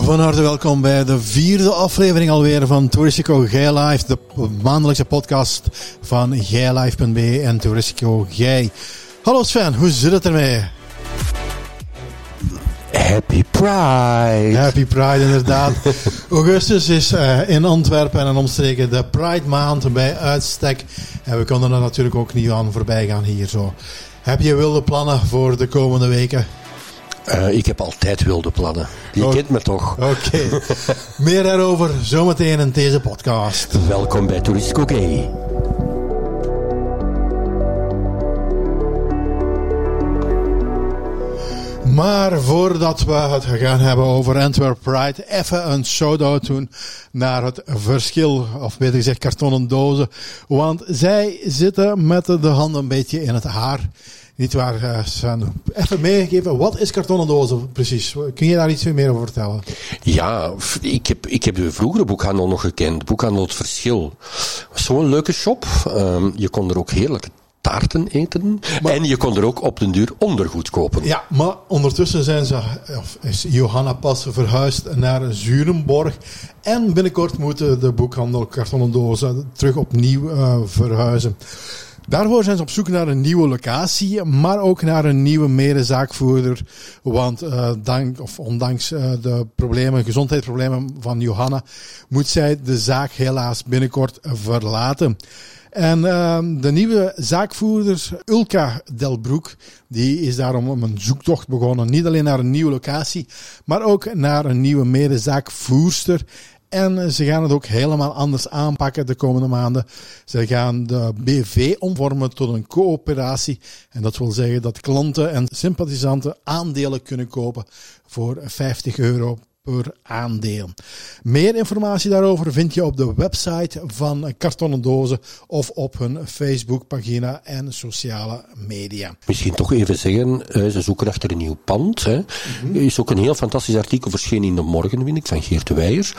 Van harte welkom bij de 4e aflevering alweer van Touristico Gij Live, de maandelijkse podcast van gijlive.be en Touristico Gij. Hallo Sven, hoe zit het ermee? Happy Pride! Happy Pride, inderdaad. Augustus is in Antwerpen en omstreken de Pride maand bij uitstek. En we konden er natuurlijk ook niet aan voorbij gaan hier zo. Heb je wilde plannen voor de komende weken? Ik heb altijd wilde plannen. Je kent me toch? Oké. Meer daarover zometeen in deze podcast. Welkom bij Touristico Gij. Maar voordat we het gaan hebben over Antwerp Pride, even een shout-out doen naar het verschil, of beter gezegd kartonnen dozen. Want zij zitten met de handen een beetje in het haar. Niet waar, Sven? Even meegeven, wat is kartonnen dozen precies? Kun je daar iets meer over vertellen? Ja, ik heb de vroegere boekhandel nog gekend. Boekhandel Het Verschil. Zo'n leuke shop. Je kon er ook heerlijke taarten eten. Maar, en je kon er ook op den duur ondergoed kopen. Ja, maar ondertussen is Johanna pas verhuisd naar Zurenborg. En binnenkort moeten de boekhandel kartonnen dozen terug opnieuw verhuizen. Daarvoor zijn ze op zoek naar een nieuwe locatie, maar ook naar een nieuwe medezaakvoerder. Want ondanks de gezondheidsproblemen van Johanna, moet zij de zaak helaas binnenkort verlaten. En de nieuwe zaakvoerder, Ulka Delbroek, die is daarom een zoektocht begonnen. Niet alleen naar een nieuwe locatie, maar ook naar een nieuwe medezaakvoerster. En ze gaan het ook helemaal anders aanpakken de komende maanden. Ze gaan de BV omvormen tot een coöperatie. En dat wil zeggen dat klanten en sympathisanten aandelen kunnen kopen voor €50 per aandeel. Meer informatie daarover vind je op de website van Kartonnen Dozen of op hun Facebookpagina en sociale media. Misschien toch even zeggen, ze zoeken achter een nieuw pand. Hè. Er is ook een heel fantastisch artikel verschenen in De Morgen, vind ik, van Geert de Weijer.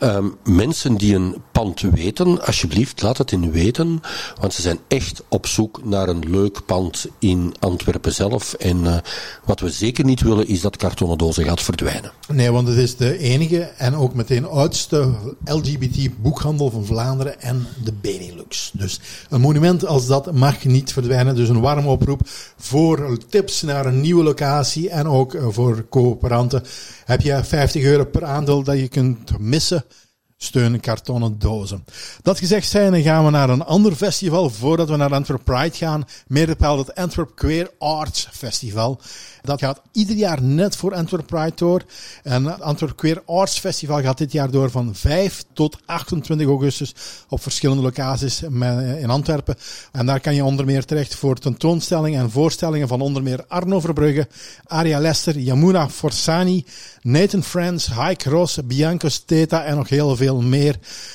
Mensen die een pand weten, alsjeblieft, laat het hen weten. Want ze zijn echt op zoek naar een leuk pand in Antwerpen zelf. En wat we zeker niet willen, is dat Kartonnen Dozen gaat verdwijnen. Nee, want het is de enige en ook meteen oudste LGBT-boekhandel van Vlaanderen en de Benelux. Dus een monument als dat mag niet verdwijnen. Dus een warme oproep voor tips naar een nieuwe locatie en ook voor coöperanten. Heb je €50 per aandeel dat je kunt missen? Steun kartonnen dozen. Dat gezegd zijnde gaan we naar een ander festival voordat we naar Antwerp Pride gaan. Meer bepaald het Antwerp Queer Arts Festival. Dat gaat ieder jaar net voor Antwerp Pride door. En het Antwerp Queer Arts Festival gaat dit jaar door van 5 tot 28 augustus op verschillende locaties in Antwerpen. En daar kan je onder meer terecht voor tentoonstellingen en voorstellingen van onder meer Arno Verbrugge, Aria Lester, Yamuna Forsani, Nathan Friends, Heike Ross, Bianco Steta en nog heel veel meer.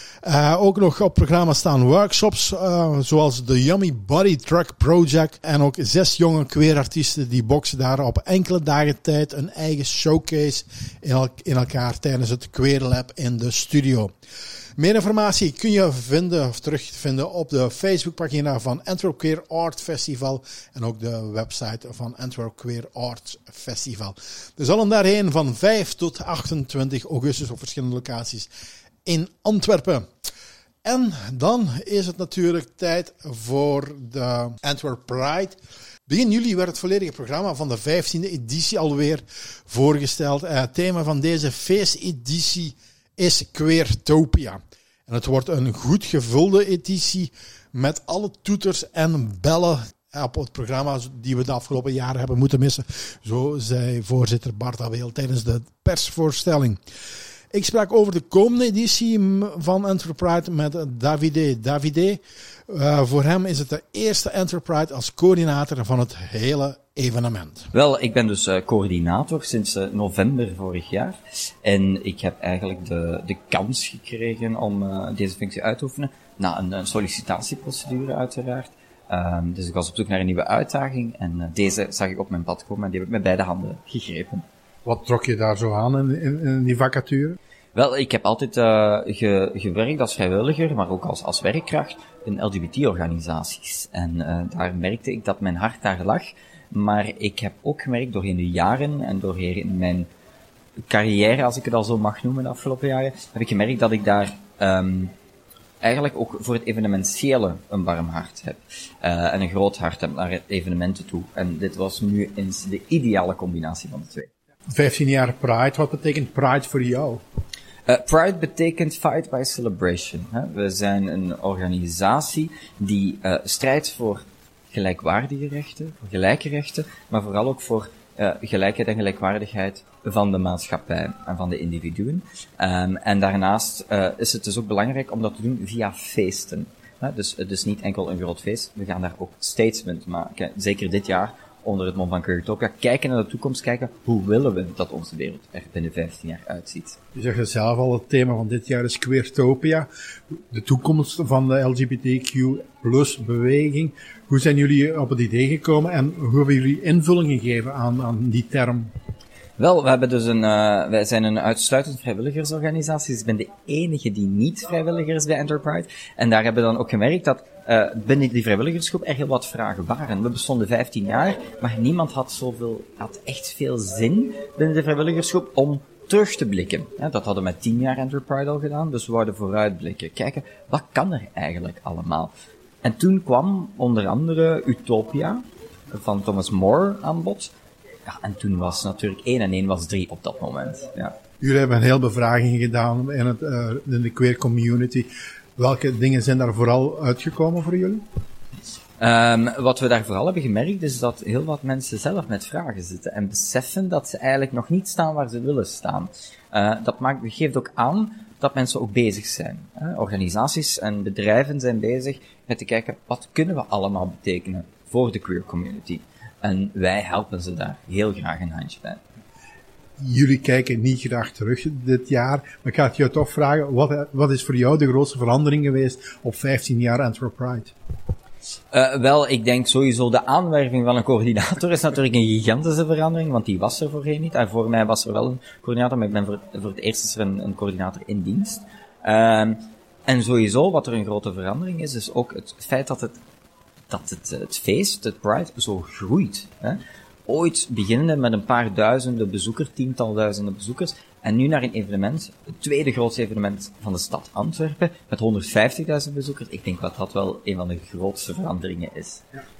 Ook nog op programma staan workshops, zoals de Yummy Body Truck Project. En ook 6 jonge queerartiesten die boksen daar op enkele dagen tijd een eigen showcase in elkaar tijdens het Queer Lab in de studio. Meer informatie kun je terugvinden op de Facebookpagina van Antwerp Queer Art Festival en ook de website van Antwerp Queer Art Festival. Er zullen daarheen van 5 tot 28 augustus op verschillende locaties in Antwerpen. En dan is het natuurlijk tijd voor de Antwerp Pride. Begin juli werd het volledige programma van de 15e editie alweer voorgesteld. Het thema van deze feesteditie is Queertopia. En het wordt een goed gevulde editie met alle toeters en bellen op het programma die we de afgelopen jaren hebben moeten missen. Zo zei voorzitter Bart Abeel tijdens de persvoorstelling. Ik sprak over de komende editie van Antwerp Pride met Davide. Voor hem is het de eerste Antwerp Pride als coördinator van het hele evenement. Wel, ik ben dus coördinator sinds november vorig jaar. En ik heb eigenlijk de kans gekregen om deze functie uit te oefenen. Na een sollicitatieprocedure uiteraard. Dus ik was op zoek naar een nieuwe uitdaging. En deze zag ik op mijn pad komen en die heb ik met beide handen gegrepen. Wat trok je daar zo aan in die vacature? Wel, ik heb altijd gewerkt als vrijwilliger, maar ook als werkkracht in LGBT-organisaties. En daar merkte ik dat mijn hart daar lag. Maar ik heb ook gemerkt doorheen de jaren en doorheen mijn carrière, als ik het al zo mag noemen, de afgelopen jaren, heb ik gemerkt dat ik daar eigenlijk ook voor het evenementiële een warm hart heb. En een groot hart heb naar evenementen toe. En dit was nu eens de ideale combinatie van de twee. 15 jaar Pride, wat betekent Pride voor jou? Pride betekent Fight by Celebration. Hè? We zijn een organisatie die strijdt voor gelijkwaardige rechten, voor gelijke rechten, maar vooral ook voor gelijkheid en gelijkwaardigheid van de maatschappij en van de individuen. En daarnaast is het dus ook belangrijk om dat te doen via feesten. Dus het is niet enkel een groot feest, we gaan daar ook statement maken. Zeker dit jaar, onder het mom van Queertopia, kijken naar de toekomst, kijken hoe willen we dat onze wereld er binnen 15 jaar uitziet. Je zegt het zelf al, het thema van dit jaar is Queertopia. De toekomst van de LGBTQ plus beweging. Hoe zijn jullie op het idee gekomen en hoe hebben jullie invulling gegeven aan die term? Wel, we hebben dus wij zijn een uitsluitend vrijwilligersorganisatie, dus ik ben de enige die niet vrijwilliger is bij Enterpride. En daar hebben we dan ook gemerkt dat binnen die vrijwilligersgroep er heel wat vragen waren. We bestonden 15 jaar, maar niemand had echt veel zin binnen de vrijwilligersgroep om terug te blikken. Dat hadden we met 10 jaar Enterpride al gedaan, dus we wouden vooruitblikken. Kijken, wat kan er eigenlijk allemaal? En toen kwam onder andere Utopia van Thomas More aan bod. Ja, en toen was natuurlijk 1 en 1 was 3 op dat moment. Ja. Jullie hebben een heel bevraging gedaan in de queer community. Welke dingen zijn daar vooral uitgekomen voor jullie? Wat we daar vooral hebben gemerkt is dat heel wat mensen zelf met vragen zitten en beseffen dat ze eigenlijk nog niet staan waar ze willen staan. Dat geeft ook aan dat mensen ook bezig zijn. Organisaties en bedrijven zijn bezig met te kijken, wat kunnen we allemaal betekenen voor de queer community? En wij helpen ze daar heel graag een handje bij. Jullie kijken niet graag terug dit jaar, maar ik ga het jou toch vragen, wat is voor jou de grootste verandering geweest op 15 jaar Enterpride? Wel, ik denk sowieso de aanwerving van een coördinator is natuurlijk een gigantische verandering, want die was er voorheen niet. En voor mij was er wel een coördinator, maar ik ben voor het eerst is er een coördinator in dienst. En sowieso, wat er een grote verandering is ook het feit dat het feest, het Pride, zo groeit. Hè? Ooit beginnende met een paar duizenden bezoekers, tiental duizenden bezoekers, en nu naar een evenement, het tweede grootste evenement van de stad Antwerpen, met 150.000 bezoekers. Ik denk dat dat wel een van de grootste veranderingen is.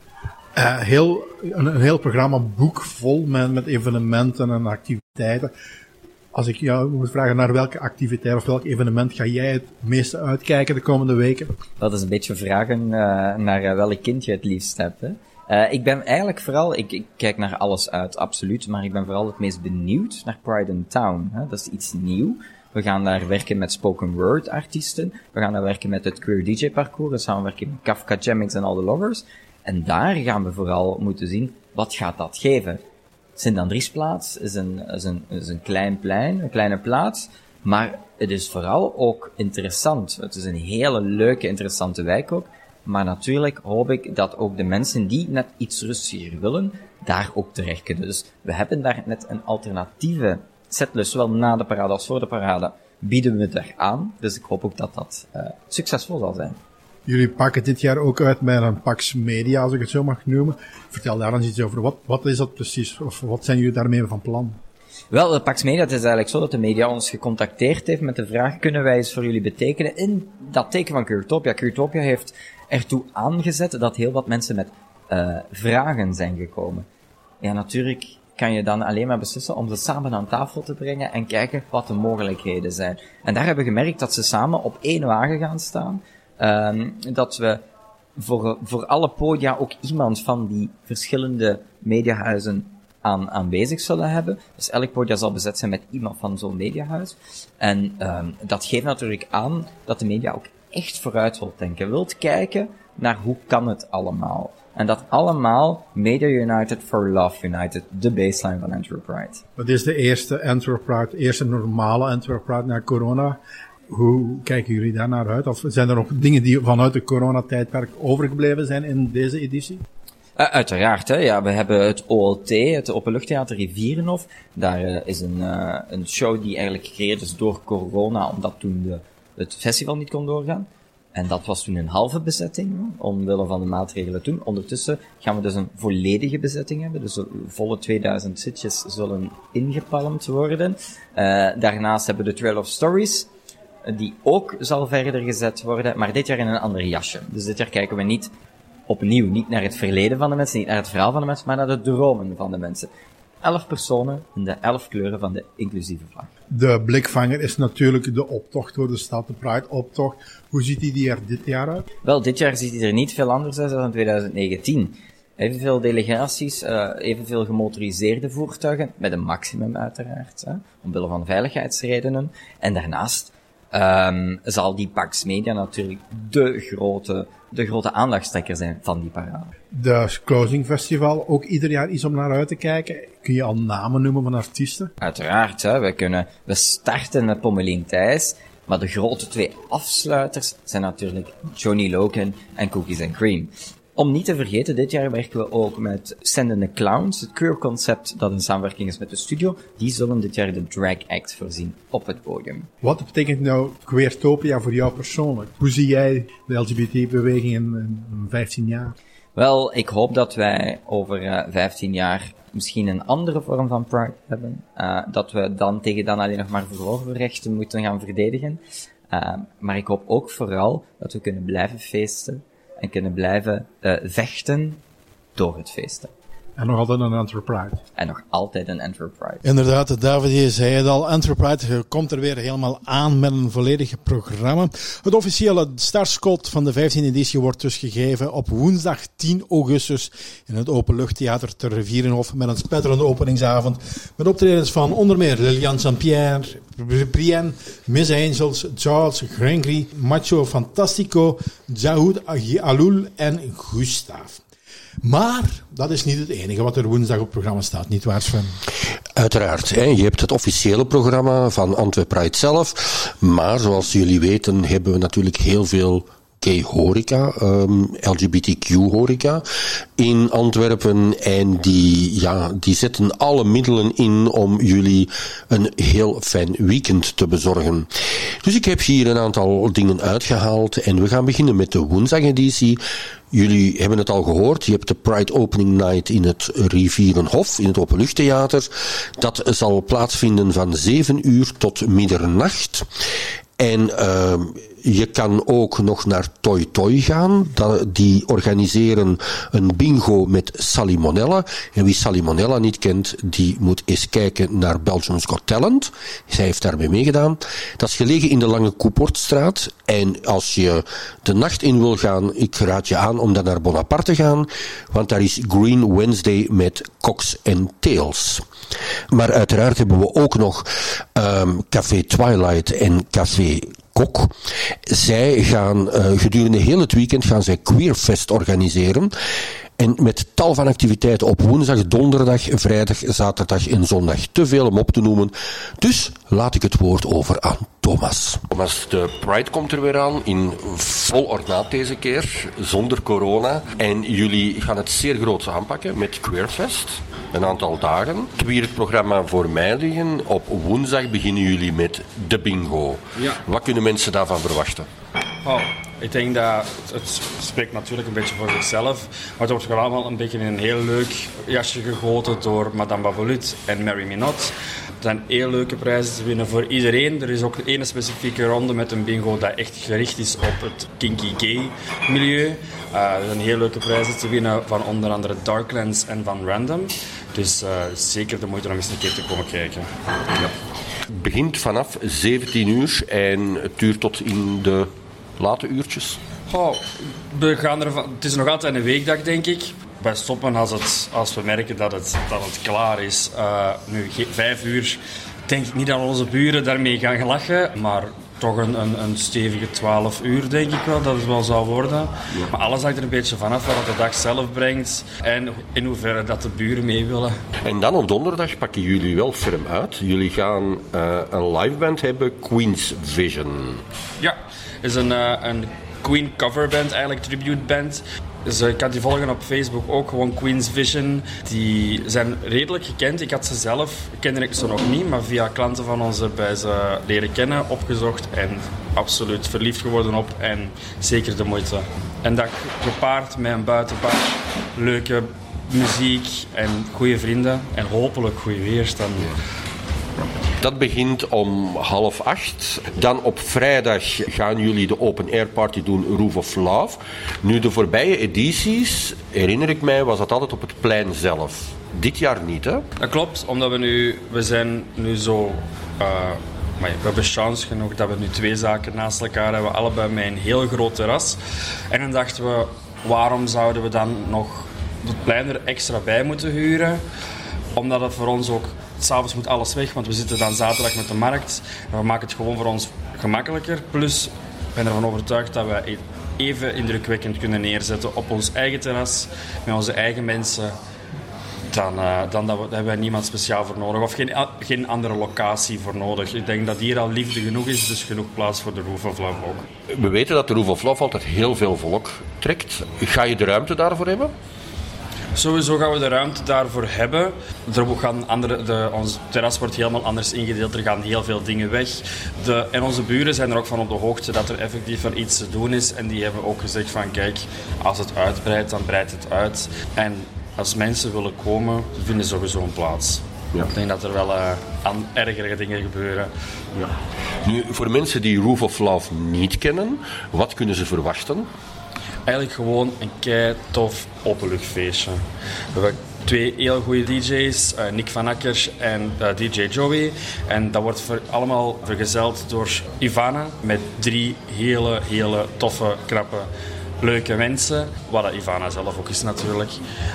Een heel programma boek vol met evenementen en activiteiten. Als ik jou moet vragen naar welke activiteit of welk evenement ga jij het meeste uitkijken de komende weken? Dat is een beetje vragen naar welk kind je het liefst hebt. Hè? Ik ben eigenlijk vooral, ik kijk naar alles uit, absoluut, maar ik ben vooral het meest benieuwd naar Pride in Town. Hè? Dat is iets nieuw. We gaan daar werken met spoken word artiesten. We gaan daar werken met het queer DJ parcours. We gaan werken met Kafka Jammings en all the lovers. En daar gaan we vooral moeten zien, wat gaat dat geven? Sint-Andriesplaats is een klein plein, een kleine plaats, maar het is vooral ook interessant. Het is een hele leuke, interessante wijk ook, maar natuurlijk hoop ik dat ook de mensen die net iets rustiger willen, daar ook terecht kunnen. Dus we hebben daar net een alternatieve setlist, zowel na de parade als voor de parade, bieden we daar aan. Dus ik hoop ook dat dat succesvol zal zijn. Jullie pakken dit jaar ook uit met een Pax Media, als ik het zo mag noemen. Vertel daar eens iets over. Wat is dat precies? Of wat zijn jullie daarmee van plan? Wel, de Pax Media, het is eigenlijk zo dat de media ons gecontacteerd heeft met de vraag, kunnen wij iets voor jullie betekenen in dat teken van Queertopia? Queertopia heeft ertoe aangezet dat heel wat mensen met vragen zijn gekomen. Ja, natuurlijk kan je dan alleen maar beslissen om ze samen aan tafel te brengen en kijken wat de mogelijkheden zijn. En daar hebben we gemerkt dat ze samen op één wagen gaan staan. Dat we voor alle podia ook iemand van die verschillende mediahuizen aanwezig zullen hebben. Dus elk podia zal bezet zijn met iemand van zo'n mediahuis. En dat geeft natuurlijk aan dat de media ook echt vooruit wilt denken. Wilt kijken naar hoe kan het allemaal. En dat allemaal Media United for Love United, de baseline van Enterpride. Wat is de eerste Enterpride, eerste normale Enterpride na corona? Hoe kijken jullie daar naar uit? Of zijn er nog dingen die vanuit de coronatijdperk overgebleven zijn in deze editie? Uiteraard, hè. Ja, we hebben het OLT, het Openluchttheater Rivierenhof. Daar is een show die eigenlijk gecreëerd is door corona, omdat toen het festival niet kon doorgaan. En dat was toen een halve bezetting, omwille van de maatregelen toen. Ondertussen gaan we dus een volledige bezetting hebben. Dus de volle 2000 zitjes zullen ingepalmd worden. Daarnaast hebben we de Trail of Stories, die ook zal verder gezet worden, maar dit jaar in een ander jasje. Dus dit jaar kijken we niet naar het verleden van de mensen, niet naar het verhaal van de mensen, maar naar de dromen van de mensen. 11 personen in de 11 kleuren van de inclusieve vlag. De blikvanger is natuurlijk de optocht door de stad, de Pride-optocht. Hoe ziet die er dit jaar uit? Wel, dit jaar ziet hij er niet veel anders uit dan in 2019. Evenveel delegaties, evenveel gemotoriseerde voertuigen, met een maximum uiteraard, omwille van veiligheidsredenen. En daarnaast zal die Pax Media natuurlijk de grote aandachtstrekker zijn van die parade. De Closing Festival, ook ieder jaar iets om naar uit te kijken. Kun je al namen noemen van artiesten? Uiteraard, we starten met Pommelien Thijs, maar de grote 2 afsluiters zijn natuurlijk Johnny Logan en Cookies and Cream. Om niet te vergeten, dit jaar werken we ook met Zendende Clowns, het queer concept dat een samenwerking is met de studio. Die zullen dit jaar de drag act voorzien op het podium. Wat betekent nou Queertopia voor jou persoonlijk? Hoe zie jij de LGBT-beweging in 15 jaar? Wel, ik hoop dat wij over 15 jaar misschien een andere vorm van Pride hebben. Dat we dan tegen dan alleen nog maar vrouwenrechten moeten gaan verdedigen. Maar ik hoop ook vooral dat we kunnen blijven feesten en kunnen blijven vechten door het feesten. En nog altijd een Enterprise. En nog altijd een Enterprise. Inderdaad, David, je zei het al, Enterprise komt er weer helemaal aan met een volledig programma. Het officiële startschot van de 15e editie wordt dus gegeven op woensdag 10 augustus in het Openluchttheater te Rivierenhof met een spetterende openingsavond met optredens van onder meer Liliane Saint-Pierre, Brienne, Miss Angels, Charles Grengry, Macho Fantastico, Zahoud Aloul en Gustav. Maar dat is niet het enige wat er woensdag op het programma staat, niet waar, Sven? Uiteraard. Je hebt het officiële programma van Antwerp Pride zelf. Maar zoals jullie weten hebben we natuurlijk heel veel gay horeca, LGBTQ horeca in Antwerpen. En die zetten alle middelen in om jullie een heel fijn weekend te bezorgen. Dus ik heb hier een aantal dingen uitgehaald en we gaan beginnen met de woensdageditie. Jullie hebben het al gehoord, je hebt de Pride Opening Night in het Rivierenhof, in het Openluchttheater. Dat zal plaatsvinden van 7 uur tot middernacht. En je kan ook nog naar Toy Toy gaan. Die organiseren een bingo met Salmonella. En wie Salmonella niet kent, die moet eens kijken naar Belgium's Got Talent. Zij heeft daarmee meegedaan. Dat is gelegen in de Lange Koeportstraat. En als je de nacht in wil gaan, ik raad je aan om dan naar Bonaparte te gaan. Want daar is Green Wednesday met Cox and Tails. Maar uiteraard hebben we ook nog Café Twilight en Café Kok. Zij gaan gedurende heel het weekend gaan zij Queerfest organiseren. En met tal van activiteiten op woensdag, donderdag, vrijdag, zaterdag en zondag. Te veel om op te noemen. Dus laat ik het woord over aan Thomas. Thomas, de Pride komt er weer aan in vol ornaat deze keer, zonder corona. En jullie gaan het zeer groots aanpakken met Queerfest. Een aantal dagen. Ik heb hier het programma voor mij liggen. Op woensdag beginnen jullie met de bingo. Ja. Wat kunnen mensen daarvan verwachten? Oh, ik denk dat het spreekt natuurlijk een beetje voor zichzelf. Maar het wordt wel allemaal een beetje in een heel leuk jasje gegoten door Madame Bavelut en Mary Minot. Er zijn heel leuke prijzen te winnen voor iedereen. Er is ook één specifieke ronde met een bingo dat echt gericht is op het kinky gay milieu. Er zijn heel leuke prijzen te winnen van onder andere Darklands en van Random. Dus zeker de moeite om eens een keer te komen kijken. Ja. Het begint vanaf 17 uur en het duurt tot in de late uurtjes. Oh, we gaan het is nog altijd een weekdag, denk ik. Wij stoppen als we merken dat het klaar is. Nu 5 uur denk ik niet dat onze buren daarmee gaan lachen, maar toch een stevige 12 uur denk ik wel dat het wel zou worden. Ja. Maar alles hangt er een beetje vanaf wat de dag zelf brengt en in hoeverre dat de buren mee willen. En dan op donderdag pakken jullie wel ferm uit. Jullie gaan een liveband hebben, Queen's Vision. Ja, het is een Queen coverband, eigenlijk tributeband. Dus ik kan die volgen op Facebook ook, gewoon Queen's Vision. Die zijn redelijk gekend. Ik had ze zelf, kende ik ze nog niet, maar via klanten van ons bij ze leren kennen, opgezocht en absoluut verliefd geworden op en zeker de moeite. En dat gepaard met een buitenbar, leuke muziek en goede vrienden en hopelijk goed weerstand. Dat begint om 7:30. Dan op vrijdag gaan jullie de open air party doen, Roof of Love. Nu, de voorbije edities, herinner ik mij, was dat altijd op het plein zelf. Dit jaar niet, hè? Dat klopt, omdat we zijn nu zo... maar we hebben chance genoeg dat we nu 2 zaken naast elkaar hebben, allebei met een heel groot terras. En dan dachten we, waarom zouden we dan nog het plein er extra bij moeten huren? Omdat het voor ons ook... S'avonds moet alles weg, want we zitten dan zaterdag met de markt. En we maken het gewoon voor ons gemakkelijker. Plus, ik ben ervan overtuigd dat we even indrukwekkend kunnen neerzetten op ons eigen terras, met onze eigen mensen. Daar hebben wij niemand speciaal voor nodig. Of geen andere locatie voor nodig. Ik denk dat hier al liefde genoeg is, dus genoeg plaats voor de Roof of Love ook. We weten dat de Roof of Love altijd heel veel volk trekt. Ga je de ruimte daarvoor hebben? Sowieso gaan we de ruimte daarvoor hebben. Ons terras wordt helemaal anders ingedeeld. Er gaan heel veel dingen weg. En onze buren zijn er ook van op de hoogte dat er effectief wel iets te doen is. En die hebben ook gezegd van kijk, als het uitbreidt, dan breidt het uit. En als mensen willen komen, vinden ze sowieso een plaats. Ja. Ik denk dat er wel ergere dingen gebeuren. Ja. Nu, voor mensen die Roof of Love niet kennen, wat kunnen ze verwachten? Eigenlijk gewoon een kei tof openluchtfeestje. We hebben 2 heel goede DJ's, Nick van Akker en DJ Joey. En dat wordt allemaal vergezeld door Ivana met 3 hele toffe, knappe, leuke mensen. Wat dat Ivana zelf ook is natuurlijk.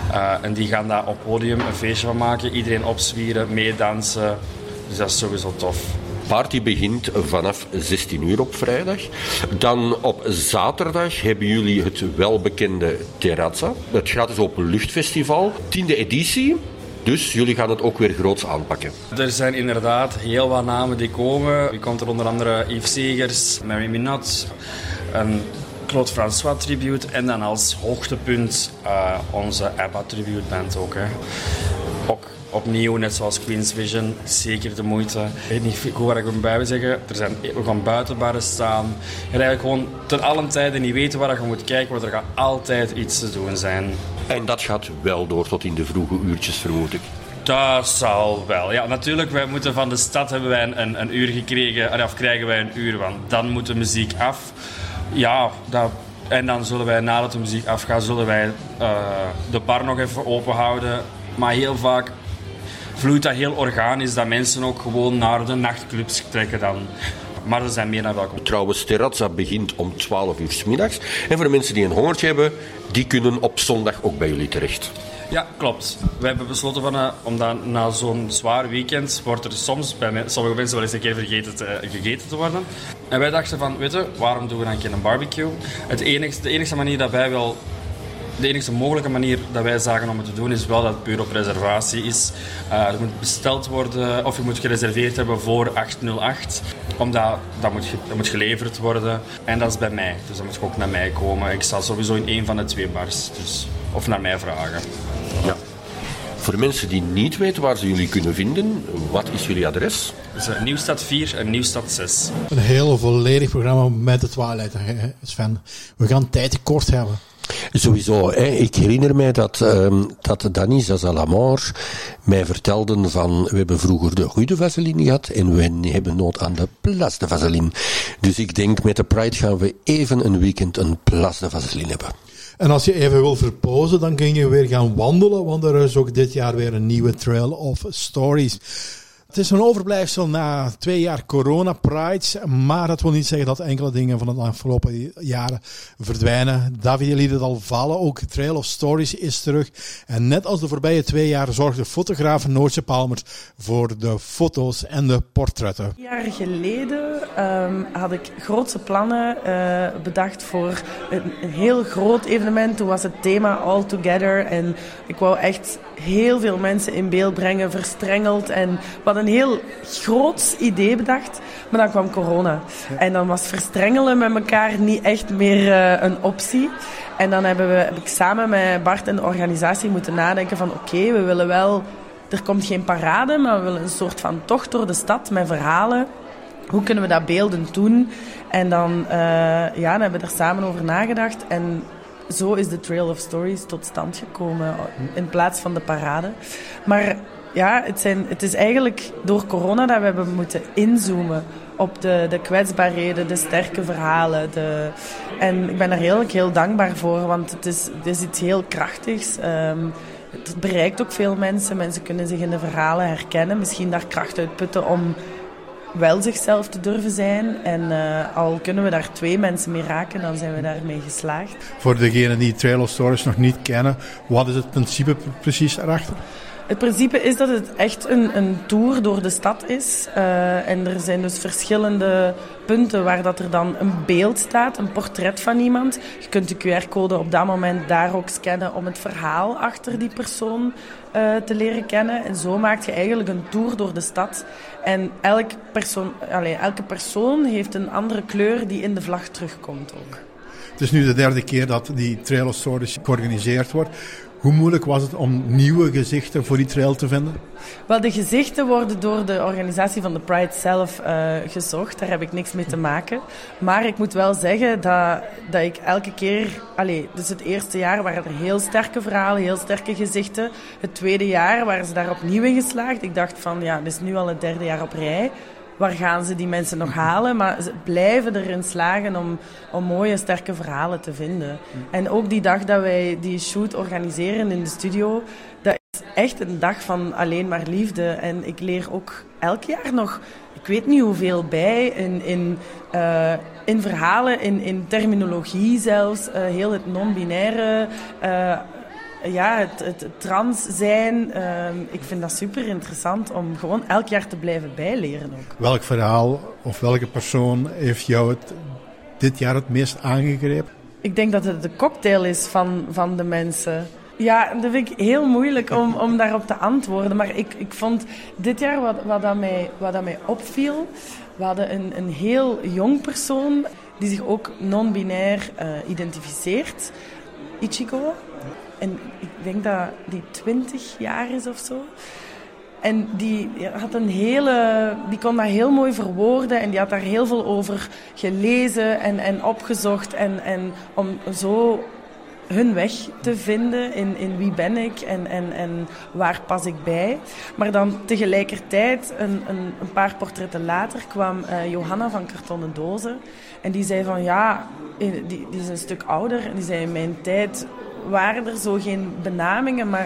En die gaan daar op podium een feestje van maken. Iedereen opzwieren, meedansen. Dus dat is sowieso tof. De party begint vanaf 16 uur op vrijdag. Dan op zaterdag hebben jullie het welbekende Terrazza. Het gratis openluchtfestival. 10e editie. Dus jullie gaan het ook weer groots aanpakken. Er zijn inderdaad heel wat namen die komen. Wie komt er onder andere Yves Segers, Mary Minot, een Claude François tribute en dan als hoogtepunt onze ABBA tribute band ook. Hè. Ook opnieuw, net zoals Queen's Vision, zeker de moeite. Ik weet niet goed wat ik erbij wil zeggen. We gaan buitenbarren staan. Je gaat eigenlijk gewoon ten allen tijde niet weten waar je moet kijken, want er gaat altijd iets te doen zijn. En dat gaat wel door tot in de vroege uurtjes, vermoed ik. Dat zal wel. Ja, natuurlijk, wij moeten van de stad hebben wij een uur gekregen, of krijgen wij een uur, want dan moet de muziek af. Ja, en dan zullen wij, nadat de muziek afgaat, zullen wij de bar nog even open houden. Maar heel vaak vloeit dat heel organisch, dat mensen ook gewoon naar de nachtclubs trekken dan. Maar ze zijn meer dan welkom. Trouwens, Terrazza begint om 12 uur 's middags. En voor de mensen die een hongertje hebben, die kunnen op zondag ook bij jullie terecht. Ja, klopt. We hebben besloten omdat na zo'n zwaar weekend wordt er soms bij sommige mensen wel eens een keer gegeten te worden. En wij dachten van, weet je, waarom doen we dan geen barbecue? De enige mogelijke manier dat wij zagen om het te doen is wel dat het puur op reservatie is. Er moet besteld worden of je moet gereserveerd hebben voor 808. Omdat dat moet geleverd worden. En dat is bij mij. Dus dan moet je ook naar mij komen. Ik sta sowieso in een van de 2 bars. Dus, of naar mij vragen. Ja. Voor de mensen die niet weten waar ze jullie kunnen vinden, wat is jullie adres? Dus Nieuwstad 4 en Nieuwstad 6. Een heel volledig programma met de Twilight, Sven. We gaan tijd tekort hebben. Sowieso. Ik herinner mij dat Danny Zazalamor mij vertelden van, we hebben vroeger de Rue de Vaseline gehad en we hebben nood aan de Place de Vaseline. Dus ik denk, met de Pride gaan we even een weekend een Place de Vaseline hebben. En als je even wil verpozen, dan kun je weer gaan wandelen, want er is ook dit jaar weer een nieuwe Trail of Stories. Het is een overblijfsel na 2 jaar corona-prides, maar dat wil niet zeggen dat enkele dingen van de afgelopen jaren verdwijnen. David liet het al vallen, ook Trail of Stories is terug. En net als de voorbije 2 jaar zorgde fotograaf Noortje Palmers voor de foto's en de portretten. 2 jaar geleden had ik grootse plannen bedacht voor een heel groot evenement. Toen was het thema All Together en ik wou echt heel veel mensen in beeld brengen, verstrengeld. En we hadden hadden een heel groot idee bedacht, maar dan kwam corona. Ja. En dan was verstrengelen met elkaar niet echt meer een optie. En dan heb ik samen met Bart en de organisatie moeten nadenken van oké, we willen wel... Er komt geen parade, maar we willen een soort van tocht door de stad met verhalen. Hoe kunnen we dat beeldend doen? En dan hebben we er samen over nagedacht. En zo is de Trail of Stories tot stand gekomen in plaats van de parade. Maar ja, het is eigenlijk door corona dat we hebben moeten inzoomen op de kwetsbaarheden, de sterke verhalen. En ik ben daar heel dankbaar voor, want het is iets heel krachtigs. Het bereikt ook veel mensen. Mensen kunnen zich in de verhalen herkennen. Misschien daar kracht uit putten om wel zichzelf te durven zijn. En al kunnen we daar 2 mensen mee raken, dan zijn we daarmee geslaagd. Voor degenen die Trail of Stories nog niet kennen, wat is het principe precies erachter? Het principe is dat het echt een tour door de stad is. En er zijn dus verschillende punten waar dat er dan een beeld staat, een portret van iemand. Je kunt de QR-code op dat moment daar ook scannen om het verhaal achter die persoon te leren kennen. En zo maak je eigenlijk een tour door de stad. En elke persoon heeft een andere kleur die in de vlag terugkomt ook. Het is nu de 3e keer dat die Trail of Stories georganiseerd wordt. Hoe moeilijk was het om nieuwe gezichten voor die trail te vinden? Wel, de gezichten worden door de organisatie van de Pride zelf gezocht. Daar heb ik niks mee te maken. Maar ik moet wel zeggen dat ik elke keer... dus het eerste jaar waren er heel sterke verhalen, heel sterke gezichten. Het tweede jaar waren ze daar opnieuw in geslaagd. Ik dacht van, ja, dit is nu al het 3e jaar op rij. Waar gaan ze die mensen nog halen? Maar ze blijven erin slagen om mooie, sterke verhalen te vinden. En ook die dag dat wij die shoot organiseren in de studio, dat is echt een dag van alleen maar liefde. En ik leer ook elk jaar nog, ik weet niet hoeveel bij, in verhalen, in terminologie zelfs, heel het non-binaire... het trans zijn, ik vind dat super interessant om gewoon elk jaar te blijven bijleren ook. Welk verhaal of welke persoon heeft jou dit jaar het meest aangegrepen? Ik denk dat het de cocktail is van de mensen. Ja, dat vind ik heel moeilijk om daarop te antwoorden. Maar ik vond dit jaar wat dat mij opviel. We hadden een heel jong persoon die zich ook non-binair identificeert. Ichigo. En ik denk dat die 20 jaar is of zo. En die kon dat heel mooi verwoorden. En die had daar heel veel over gelezen en opgezocht. En om zo hun weg te vinden in wie ben ik en waar pas ik bij. Maar dan tegelijkertijd, een paar portretten later, kwam Johanna van Kartonnen Dozen. En die zei van die is een stuk ouder. En die zei in mijn tijd waren er zo geen benamingen, maar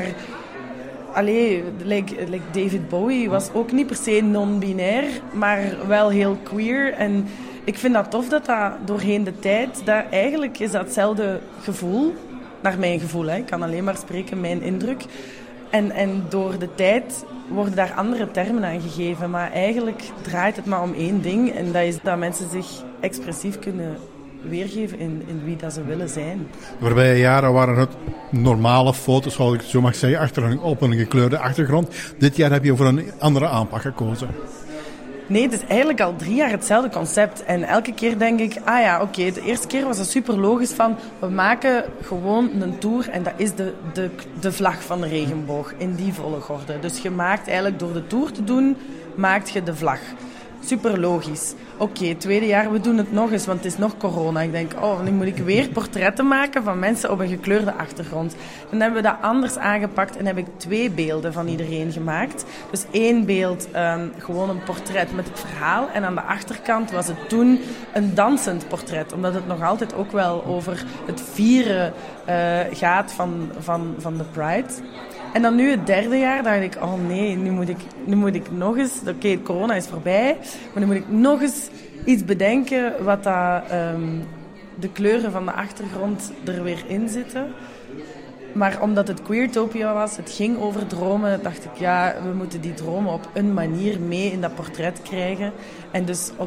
like David Bowie was ook niet per se non-binair, maar wel heel queer. En ik vind dat tof dat doorheen de tijd, eigenlijk is dat hetzelfde gevoel, naar mijn gevoel, ik kan alleen maar spreken, mijn indruk. En door de tijd worden daar andere termen aan gegeven, maar eigenlijk draait het maar om één ding, en dat is dat mensen zich expressief kunnen weergeven in wie dat ze willen zijn. De voorbije jaren waren het normale foto's, zoals ik het zo mag zeggen, op een gekleurde achtergrond. Dit jaar heb je voor een andere aanpak gekozen. Nee, het is eigenlijk al 3 jaar hetzelfde concept. En elke keer denk ik, de eerste keer was het super logisch van, we maken gewoon een tour en dat is de vlag van de regenboog in die volgorde. Dus je maakt eigenlijk door de tour te doen, maakt je de vlag. Super logisch. Oké, tweede jaar, we doen het nog eens, want het is nog corona. Ik denk, nu moet ik weer portretten maken van mensen op een gekleurde achtergrond. Dan hebben we dat anders aangepakt en heb ik 2 beelden van iedereen gemaakt. Dus 1 beeld, gewoon een portret met het verhaal. En aan de achterkant was het toen een dansend portret. Omdat het nog altijd ook wel over het vieren gaat van de Pride. En dan nu het 3e jaar, dacht ik, nu moet ik nog eens... Oké, corona is voorbij, maar nu moet ik nog eens iets bedenken wat de kleuren van de achtergrond er weer in zitten. Maar omdat het Queertopia was, het ging over dromen, dacht ik, we moeten die dromen op een manier mee in dat portret krijgen. En dus op die manier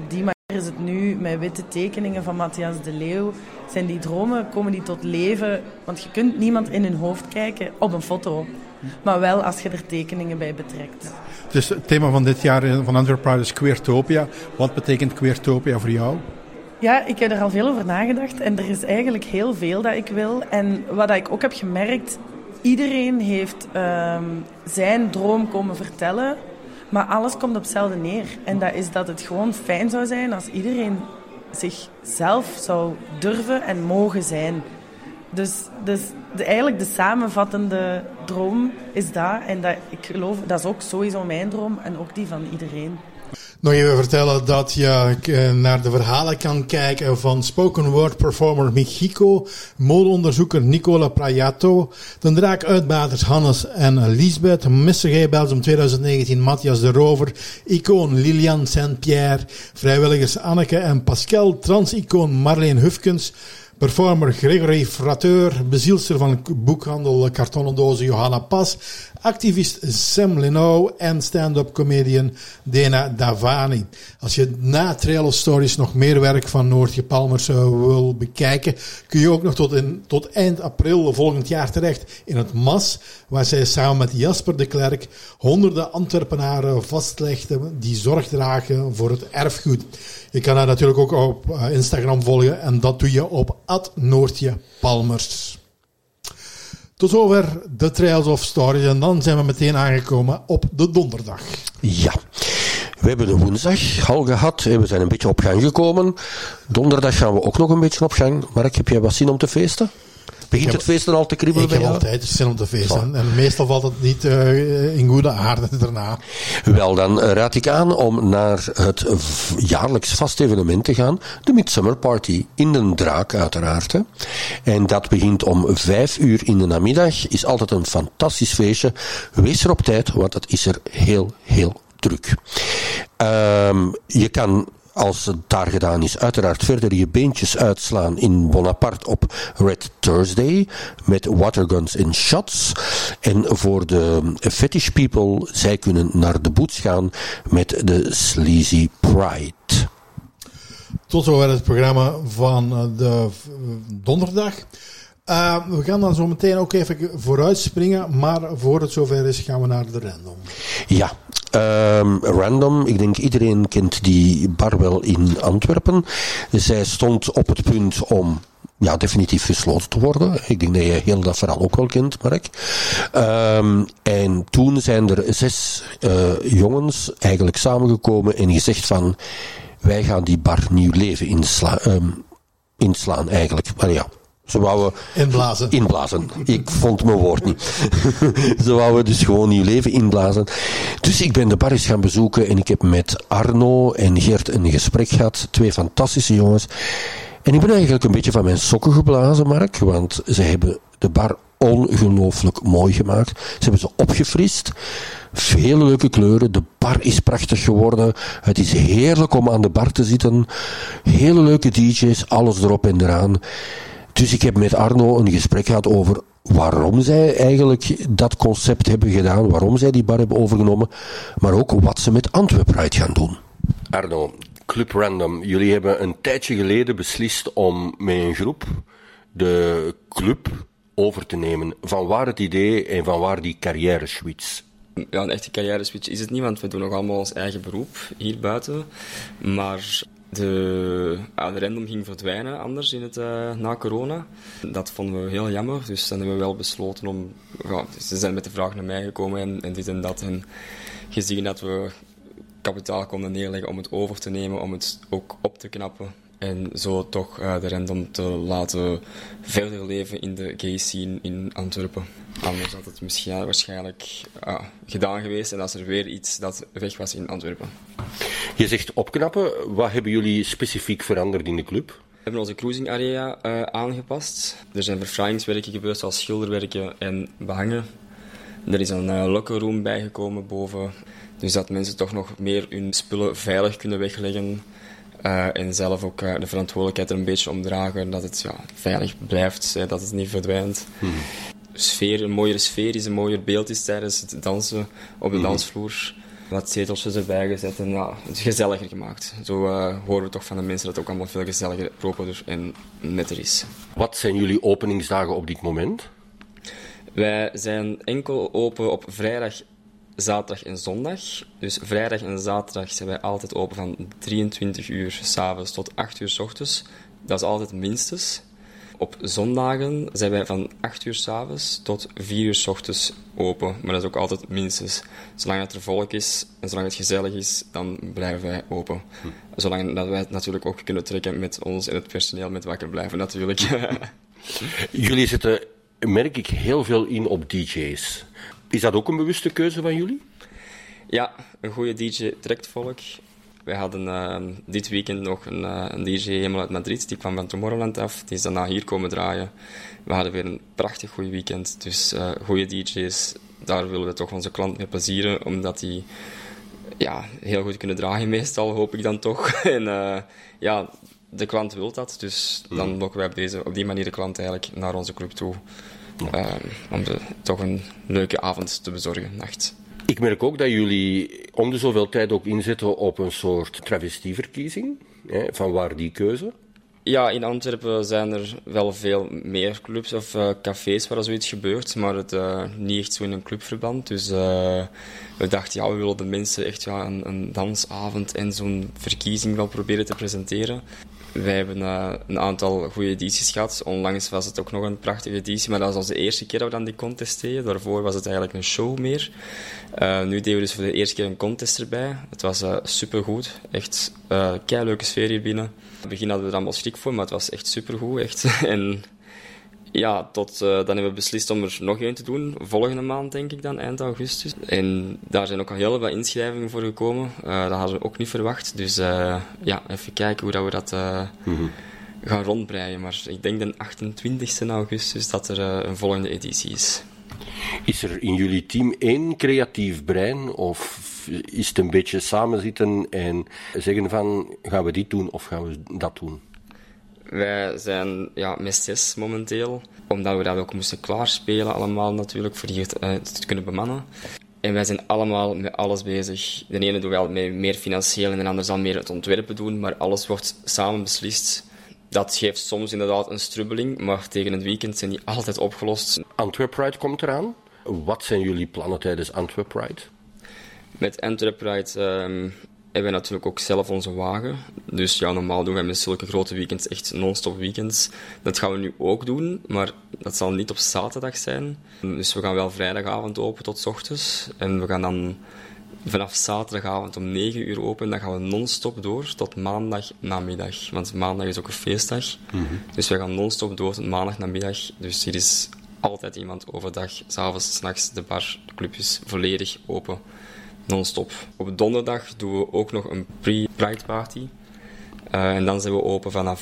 Is het nu met witte tekeningen van Matthias de Leeuw? Zijn die dromen, komen die tot leven? Want je kunt niemand in hun hoofd kijken op een foto. Maar wel als je er tekeningen bij betrekt. Dus het thema van dit jaar van Enterprise is Queertopia. Wat betekent Queertopia voor jou? Ja, ik heb er al veel over nagedacht. En er is eigenlijk heel veel dat ik wil. En wat ik ook heb gemerkt, iedereen heeft zijn droom komen vertellen. Maar alles komt op hetzelfde neer. En dat is dat het gewoon fijn zou zijn als iedereen zichzelf zou durven en mogen zijn. Dus eigenlijk de samenvattende droom is dat. En dat, ik geloof, dat is ook sowieso mijn droom en ook die van iedereen. Nog even vertellen dat je naar de verhalen kan kijken van spoken word performer Michiko, modeonderzoeker Nicola Prajato, de draakuitbaters Hannes en Lisbeth, Mr. Gay Belgium 2019 Matthias de Rover, icoon Lilian Saint-Pierre, vrijwilligers Anneke en Pascal, trans-icoon Marleen Hufkens, performer Gregory Frateur, bezielster van boekhandel Kartonnen Dozen Johanna Pas, activist Sam Leno en stand-up comedian Dena Davani. Als je na Trail Stories nog meer werk van Noortje Palmers wil bekijken, kun je ook nog tot eind april volgend jaar terecht in het MAS, waar zij samen met Jasper de Klerk honderden Antwerpenaren vastlegden die zorg dragen voor het erfgoed. Je kan haar natuurlijk ook op Instagram volgen en dat doe je op @NoortjePalmers. Tot zover de Trails of Stories en dan zijn we meteen aangekomen op de donderdag. Ja, we hebben de woensdag al gehad en we zijn een beetje op gang gekomen. Donderdag gaan we ook nog een beetje op gang. Mark, heb jij wat zin om te feesten? Begint het feesten al te kriebelen bij jou? Ik heb altijd zin om te feesten. En meestal valt het niet in goede aarde daarna. Wel, dan raad ik aan om naar het jaarlijks vast evenement te gaan. De Midsummer Party in Den Draak, uiteraard. Hè. En dat begint om 5:00 in de namiddag. Is altijd een fantastisch feestje. Wees er op tijd, want het is er heel, heel druk. Je kan, als het daar gedaan is, uiteraard verder je beentjes uitslaan in Bonaparte op Red Thursday met waterguns en shots. En voor de fetish people, zij kunnen naar de Boots gaan met de Sleazy Pride. Tot zover het programma van de donderdag. We gaan dan zo meteen ook even vooruitspringen, maar voor het zover is gaan we naar de random. Ja, random, ik denk iedereen kent die bar wel in Antwerpen. Zij stond op het punt om definitief gesloten te worden. Ik denk dat je heel dat verhaal ook wel kent, Mark. En toen zijn er 6 jongens eigenlijk samengekomen en gezegd van, wij gaan die bar nieuw leven inslaan eigenlijk. Maar ja, ze wouden inblazen. Ik vond mijn woord niet. Ze wouden dus gewoon nieuw leven inblazen. Dus ik ben de bar eens gaan bezoeken en ik heb met Arno en Gert een gesprek gehad. 2 fantastische jongens. En ik ben eigenlijk een beetje van mijn sokken geblazen, Mark. Want ze hebben de bar ongelooflijk mooi gemaakt. Ze hebben ze opgefrist. Vele leuke kleuren. De bar is prachtig geworden. Het is heerlijk om aan de bar te zitten. Hele leuke DJ's. Alles erop en eraan. Dus ik heb met Arno een gesprek gehad over waarom zij eigenlijk dat concept hebben gedaan, waarom zij die bar hebben overgenomen, maar ook wat ze met Antwerp Pride gaan doen. Arno, Club Random, jullie hebben een tijdje geleden beslist om met een groep de club over te nemen. Van waar het idee en van waar die carrière switch? Ja, een echte carrière switch is het niet, want we doen nog allemaal ons eigen beroep hier buiten. Maar de random ging verdwijnen anders na corona. Dat vonden we heel jammer, dus dan hebben we wel besloten om... Ja, ze zijn met de vraag naar mij gekomen en dit en dat. En gezien dat we kapitaal konden neerleggen om het over te nemen, om het ook op te knappen. En zo toch de random te laten verder leven in de gay scene in Antwerpen. Anders had het misschien waarschijnlijk gedaan geweest en als er weer iets dat weg was in Antwerpen. Je zegt opknappen. Wat hebben jullie specifiek veranderd in de club? We hebben onze cruising area aangepast. Er zijn verfraaiingswerken gebeurd zoals schilderwerken en behangen. Er is een locker room bijgekomen boven. Dus dat mensen toch nog meer hun spullen veilig kunnen wegleggen. En zelf ook de verantwoordelijkheid er een beetje om dragen. Dat het veilig blijft, dat het niet verdwijnt. Een mooiere sfeer is, een mooier beeld is tijdens het dansen op de dansvloer. wat zeteltjes erbij gezet en ja, het gezelliger gemaakt. Zo horen we toch van de mensen dat het ook allemaal veel gezelliger, properder en netter is. Wat zijn jullie openingsdagen op dit moment? Wij zijn enkel open op vrijdag, zaterdag en zondag. Dus vrijdag en zaterdag zijn wij altijd open van 23 uur 's avonds tot 8 uur 's ochtends. Dat is altijd minstens. Op zondagen zijn wij van 8 uur 's avonds tot 4 uur 's ochtends open. Maar dat is ook altijd minstens. Zolang het er volk is en zolang het gezellig is, dan blijven wij open. Zolang dat wij het natuurlijk ook kunnen trekken met ons en het personeel met wakker blijven natuurlijk. Jullie zetten, merk ik, heel veel in op DJ's. Is dat ook een bewuste keuze van jullie? Ja, een goede DJ trekt volk. Wij hadden dit weekend nog een DJ helemaal uit Madrid. Die kwam van Tomorrowland af. Die is daarna hier komen draaien. We hadden weer een prachtig goed weekend. Dus goede DJ's, daar willen we toch onze klant mee plezieren. Omdat die heel goed kunnen draaien meestal, hoop ik dan toch. En de klant wil dat. Dus dan lokken wij op die manier de klant eigenlijk naar onze club toe. Om toch een leuke avond te bezorgen, nacht. Ik merk ook dat jullie om de zoveel tijd ook inzetten op een soort travestieverkiezing. Van waar die keuze? Ja, in Antwerpen zijn er wel veel meer clubs of cafés waar zoiets gebeurt, maar het niet echt zo in een clubverband. Dus we dachten, we willen de mensen echt een dansavond en zo'n verkiezing wel proberen te presenteren. Wij hebben een aantal goede edities gehad. Onlangs was het ook nog een prachtige editie, maar dat was onze eerste keer dat we dan die contest deden. Daarvoor was het eigenlijk een show meer. Nu deden we dus voor de eerste keer een contest erbij. Het was supergoed. Echt keileuke sfeer hier binnen. In het begin hadden we er allemaal schrik voor, maar het was echt supergoed. Echt. En ja, dan hebben we beslist om er nog één te doen. Volgende maand, denk ik dan, eind augustus. En daar zijn ook al heel wat inschrijvingen voor gekomen. Dat hadden we ook niet verwacht. Dus even kijken hoe dat we dat gaan rondbreien. Maar ik denk de 28e augustus dat er een volgende editie is. Is er in jullie team één creatief brein? Of is het een beetje samenzitten en zeggen van, gaan we dit doen of gaan we dat doen? Wij zijn met 6 momenteel, omdat we dat ook moesten klaarspelen allemaal natuurlijk, voor hier te kunnen bemannen. En wij zijn allemaal met alles bezig. De ene doet wel meer financieel en de ander zal meer het ontwerpen doen, maar alles wordt samen beslist. Dat geeft soms inderdaad een strubbeling, maar tegen het weekend zijn die altijd opgelost. Antwerp Pride komt eraan. Wat zijn jullie plannen tijdens Antwerp Pride? Met Antwerp Pride hebben we natuurlijk ook zelf onze wagen. Dus normaal doen wij met zulke grote weekends echt non-stop weekends. Dat gaan we nu ook doen, maar dat zal niet op zaterdag zijn. Dus we gaan wel vrijdagavond open tot 's ochtends. En we gaan dan vanaf zaterdagavond om 9 uur open. Dan gaan we non-stop door tot maandag namiddag. Want maandag is ook een feestdag. Dus we gaan non-stop door tot maandag namiddag. Dus hier is altijd iemand overdag, 's avonds, 's nachts. De bar, de club is volledig open. Non-stop. Op donderdag doen we ook nog een pre-Pride party. En dan zijn we open vanaf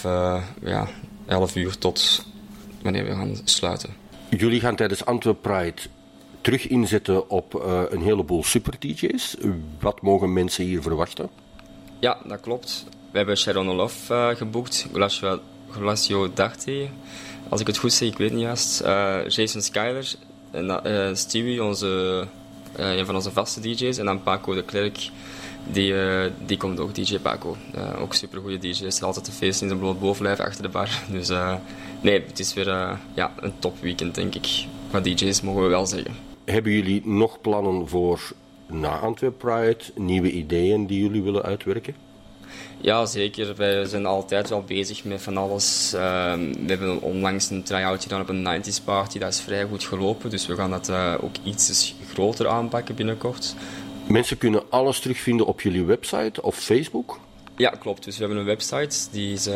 11 uur tot wanneer we gaan sluiten. Jullie gaan tijdens Antwerp Pride terug inzetten op een heleboel super-DJ's. Wat mogen mensen hier verwachten? Ja, dat klopt. We hebben Sharon Olof geboekt, Glacio Darte, als ik het goed zeg, ik weet niet juist. Jason Skyler en Stewie, een van onze vaste DJ's. En dan Paco de Klerk, die komt ook, DJ Paco. Ook supergoeie DJ, is altijd een feest in zijn bloot bovenlijf achter de bar. Dus het is weer een topweekend, denk ik. Qua DJ's mogen we wel zeggen. Hebben jullie nog plannen voor na Antwerp Pride? Nieuwe ideeën die jullie willen uitwerken? Ja, zeker. Wij zijn altijd wel bezig met van alles. We hebben onlangs een try-out gedaan op een 90s party. Dat is vrij goed gelopen, dus we gaan dat ook iets groter aanpakken binnenkort. Mensen kunnen alles terugvinden op jullie website of Facebook? Ja, klopt. Dus we hebben een website, die is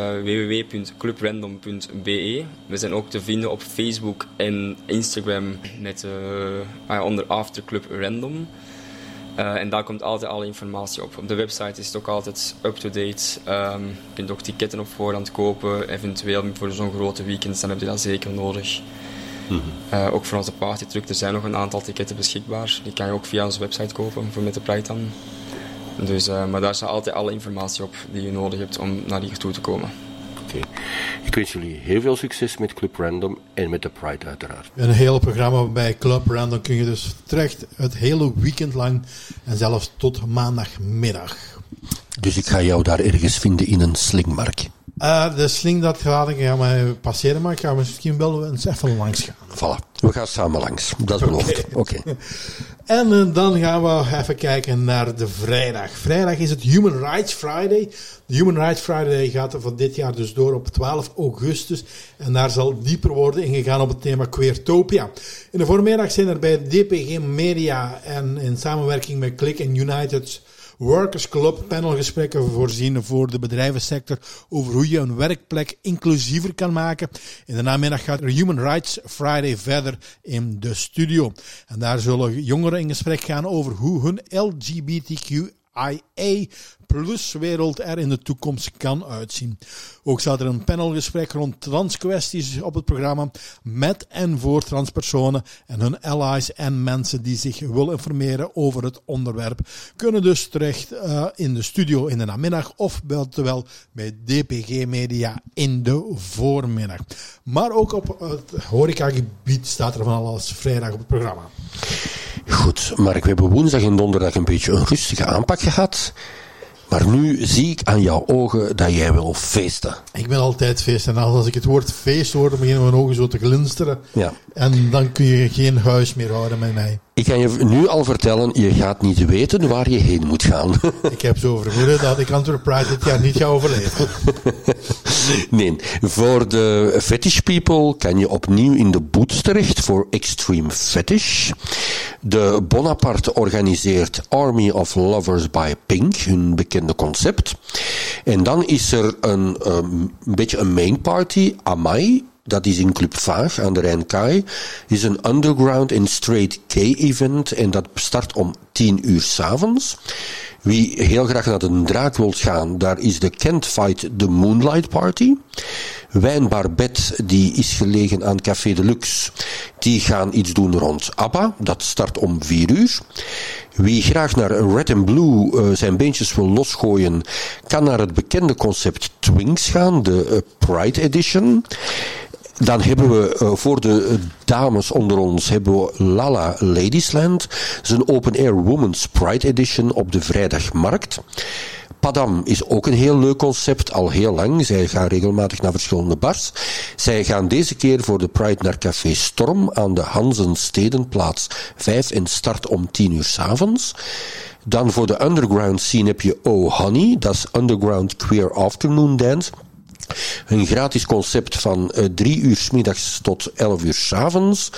www.clubrandom.be. We zijn ook te vinden op Facebook en Instagram met onder Afterclub Random. En daar komt altijd alle informatie op. Op de website is het ook altijd up-to-date. Je kunt ook ticketten op voorhand kopen. Eventueel voor zo'n grote weekend, dan heb je dat zeker nodig. Ook voor onze partytruck, er zijn nog een aantal ticketten beschikbaar. Die kan je ook via onze website kopen, voor met de Pride dan. Dus, maar daar staat altijd alle informatie op die je nodig hebt om naar hier toe te komen. Oké. Ik wens jullie heel veel succes met Club Random en met de Pride uiteraard. Een heel programma bij Club Random kun je dus terecht het hele weekend lang en zelfs tot maandagmiddag. Dus ik ga jou daar ergens vinden in een slingmark. De sling dat gaat ik mij passeren, maar ik ga misschien wel eens even langs gaan. Voilà. We gaan samen langs. Dat is beloofd. Oké. En dan gaan we even kijken naar de vrijdag. Vrijdag is het Human Rights Friday. De Human Rights Friday gaat van dit jaar dus door op 12 augustus. En daar zal dieper worden ingegaan op het thema Queertopia. In de voormiddag zijn er bij DPG Media en in samenwerking met Click en United Workers Club panelgesprekken voorzien voor de bedrijvensector over hoe je een werkplek inclusiever kan maken. In de namiddag gaat er Human Rights Friday verder in de studio. En daar zullen jongeren in gesprek gaan over hoe hun LGBTQIA plus wereld er in de toekomst kan uitzien. Ook staat er een panelgesprek rond transkwesties op het programma met en voor transpersonen en hun allies en mensen die zich willen informeren over het onderwerp. Kunnen dus terecht in de studio in de namiddag of wel bij DPG Media in de voormiddag. Maar ook op het horecagebied staat er van alles vrijdag op het programma. Goed, Mark, we hebben woensdag en donderdag een beetje een rustige aanpak gehad. Maar nu zie ik aan jouw ogen dat jij wil feesten. Ik ben altijd feesten. En als ik het woord feest hoor, dan beginnen mijn ogen zo te glinsteren. Ja. En dan kun je geen huis meer houden met mij. Ik kan je nu al vertellen, je gaat niet weten waar je heen moet gaan. Ik heb zo vermoeden dat ik Antwerp Pride dit jaar niet ga overleven. Nee, voor de fetish people kan je opnieuw in de boots terecht voor Extreme Fetish. De Bonaparte organiseert Army of Lovers by Pink, hun bekende concept. En dan is er een beetje een main party, Amai. Dat is in Club Vaag aan de Rijnkaai. Is een underground en straight gay event en dat start om 10 uur 's avonds. Wie heel graag naar de Draak wilt gaan, daar is de Kent Fight the Moonlight Party. Wijnbar Bet, die is gelegen aan Café de Luxe. Die gaan iets doen rond ABBA. Dat start om 4 uur. Wie graag naar Red and Blue zijn beentjes wil losgooien, kan naar het bekende concept Twinks gaan, de Pride Edition. Dan hebben we voor de dames onder ons hebben we Lala Ladiesland. Dat is een open-air Women's Pride Edition op de Vrijdagmarkt. Padam is ook een heel leuk concept, al heel lang. Zij gaan regelmatig naar verschillende bars. Zij gaan deze keer voor de Pride naar Café Storm aan de Hansen Stedenplaats 5 en start om 10 uur 's avonds. Dan voor de underground scene heb je Oh Honey, dat is Underground Queer Afternoon Dance. Een gratis concept van 3 uur 's middags tot 11 uur 's avonds.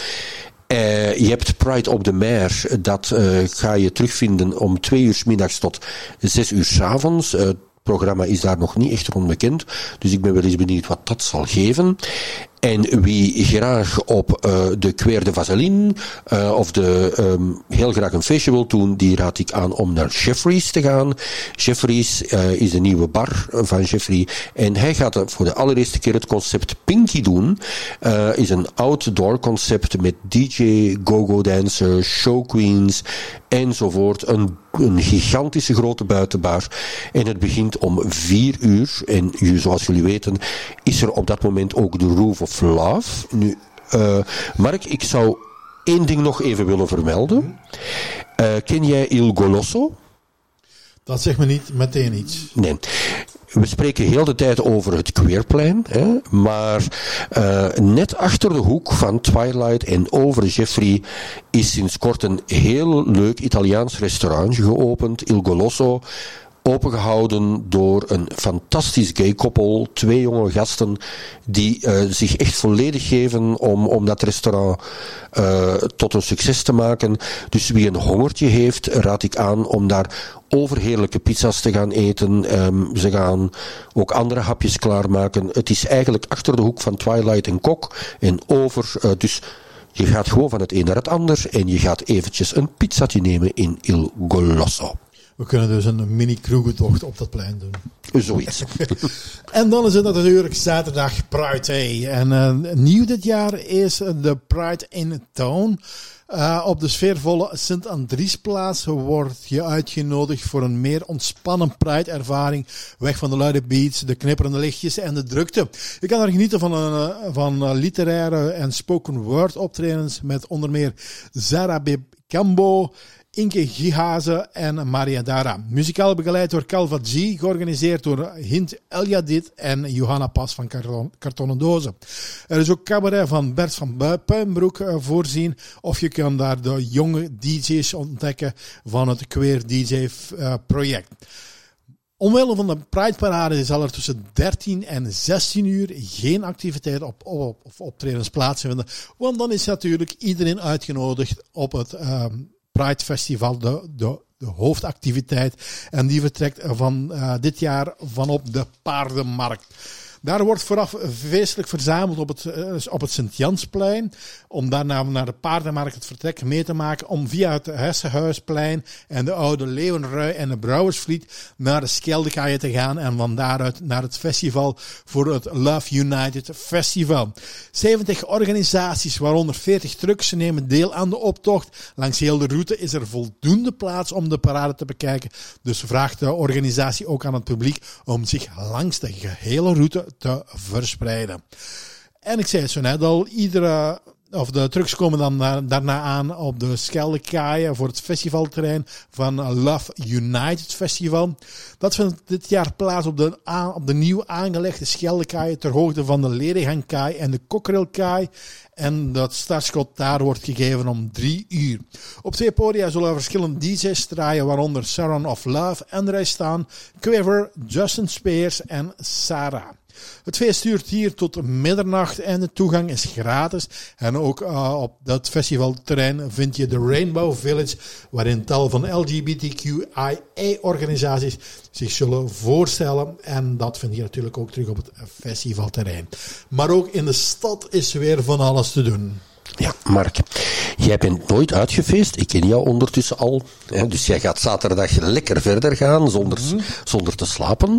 Je hebt Pride op de Meer, dat ga je terugvinden om 2 uur 's middags tot 6 uur 's avonds. Het programma is daar nog niet echt onbekend, dus ik ben wel eens benieuwd wat dat zal geven. En wie graag op de Queer de Vaseline of heel graag een feestje wil doen, die raad ik aan om naar Jeffries te gaan. Jeffries is de nieuwe bar van Jeffrey en hij gaat voor de allereerste keer het concept Pinky doen. Is een outdoor concept met DJ, go-go dancers, show queens enzovoort. Een gigantische grote buitenbar en het begint om 4 uur en zoals jullie weten is er op dat moment ook de Roof of Love. Nu, Mark, ik zou 1 ding nog even willen vermelden. Ken jij Il Golosso? Dat zegt me niet meteen iets. Nee. We spreken heel de tijd over het Queerplein, hè, maar net achter de hoek van Twilight en over Jeffrey is sinds kort een heel leuk Italiaans restaurant geopend, Il Golosso. Opengehouden door een fantastisch gay koppel, 2 jonge gasten die zich echt volledig geven om dat restaurant tot een succes te maken. Dus wie een hongertje heeft, raad ik aan om daar overheerlijke pizza's te gaan eten. Ze gaan ook andere hapjes klaarmaken. Het is eigenlijk achter de hoek van Twilight en Kok en over, dus je gaat gewoon van het een naar het ander en je gaat eventjes een pizzatje nemen in Il Golosso. We kunnen dus een mini-kroegentocht op dat plein doen. Zoiets. En dan is het natuurlijk zaterdag Pride Day. En nieuw dit jaar is de Pride in Town. Op de sfeervolle Sint-Andriesplaats word je uitgenodigd voor een meer ontspannen Pride-ervaring. Weg van de luide beats, de knipperende lichtjes en de drukte. Je kan er genieten van literaire en spoken word optredens met onder meer Zara Cambo, Inke Gihaze en Maria Dara. Muzikaal begeleid door Calva G, georganiseerd door Hint Eljadid en Johanna Pas van Kartonnen Dozen. Er is ook cabaret van Bert van Puinbroek voorzien, of je kan daar de jonge DJ's ontdekken van het Queer DJ project. Omwille van de Pride Parade zal er tussen 13 en 16 uur geen activiteit of optredens plaatsvinden, want dan is natuurlijk iedereen uitgenodigd op het Pride Festival, de hoofdactiviteit. En die vertrekt van dit jaar vanop de Paardenmarkt. Daar wordt vooraf feestelijk verzameld op het Sint-Jansplein, om daarna naar de Paardenmarkt het vertrek mee te maken, om via het Hessenhuisplein en de Oude Leeuwenrui en de Brouwersvliet naar de Scheldekaaien te gaan en van daaruit naar het festival voor het Love United Festival. 70 organisaties, waaronder 40 trucks, nemen deel aan de optocht. Langs heel de route is er voldoende plaats om de parade te bekijken, dus vraagt de organisatie ook aan het publiek om zich langs de gehele route te verspreiden. En ik zei het zo net al, de trucks komen dan daarna aan op de Scheldekaaien voor het festivalterrein van Love United Festival. Dat vindt dit jaar plaats op de nieuw aangelegde Scheldekaaien ter hoogte van de Ledegangkaai en de Kokkerilkaai. En dat startschot daar wordt gegeven om 3 uur. Op 2 podia zullen verschillende DJ's draaien, waaronder Saron of Love, André Staan, Quiver, Justin Spears en Sarah. Het feest duurt hier tot middernacht en de toegang is gratis. En ook op dat festivalterrein vind je de Rainbow Village, waarin tal van LGBTQIA-organisaties zich zullen voorstellen. En dat vind je natuurlijk ook terug op het festivalterrein. Maar ook in de stad is weer van alles te doen. Ja, Mark, jij bent nooit uitgefeest. Ik ken jou ondertussen al. Hè, dus jij gaat zaterdag lekker verder gaan zonder te slapen.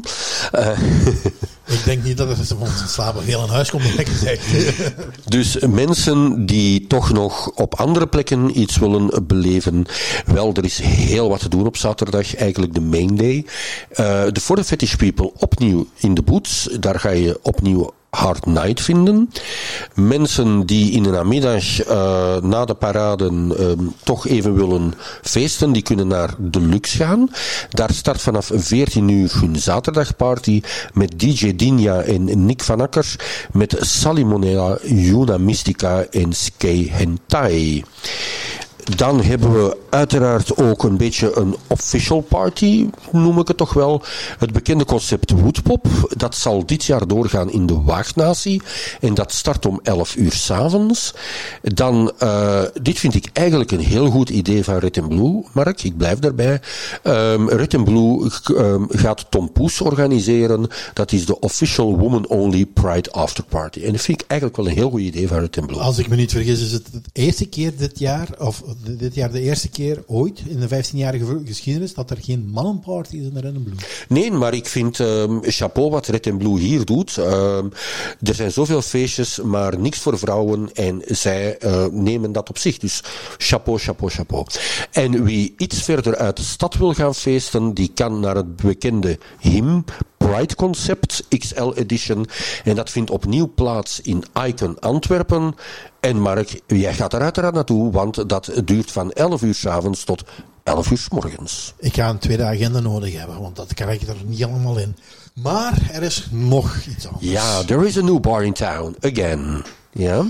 Ik denk niet dat er van slapen veel aan huis komt, lekker zeggen. Dus mensen die toch nog op andere plekken iets willen beleven, wel, er is heel wat te doen op zaterdag, eigenlijk de main day. De For the Fetish People opnieuw in de Boots. Daar ga je opnieuw Hard Night vinden. Mensen die in de namiddag na de parade toch even willen feesten, die kunnen naar Deluxe gaan. Daar start vanaf 14 uur hun zaterdagparty met DJ Dinja en Nick van Akker, met Salimonella, Yuna Mystica en Skei Hentai. Dan hebben we uiteraard ook een beetje een official party, noem ik het toch wel. Het bekende concept Woodpop, dat zal dit jaar doorgaan in de Waagnatie. En dat start om 11 uur 's avonds. Dan, dit vind ik eigenlijk een heel goed idee van Red & Blue, Mark. Ik blijf daarbij. Red & Blue gaat Tom Poes organiseren. Dat is de official woman-only Pride Afterparty. En dat vind ik eigenlijk wel een heel goed idee van Red & Blue. Als ik me niet vergis, is het de eerste keer dit jaar, of dit jaar de eerste keer ooit in de 15-jarige geschiedenis dat er geen mannenparty is in de Red & Blue. Nee, maar ik vind chapeau wat Red & Blue hier doet. Er zijn zoveel feestjes, maar niks voor vrouwen en zij nemen dat op zich. Dus chapeau, chapeau, chapeau. En wie iets verder uit de stad wil gaan feesten, die kan naar het bekende HIM Pride Concept XL Edition. En dat vindt opnieuw plaats in Icon Antwerpen. En Mark, jij gaat er uiteraard naartoe, want dat duurt van 11 uur 's avonds tot 11 uur 's morgens. Ik ga een tweede agenda nodig hebben, want dat krijg ik er niet allemaal in. Maar er is nog iets anders. Ja, there is a new bar in town, again. Ja?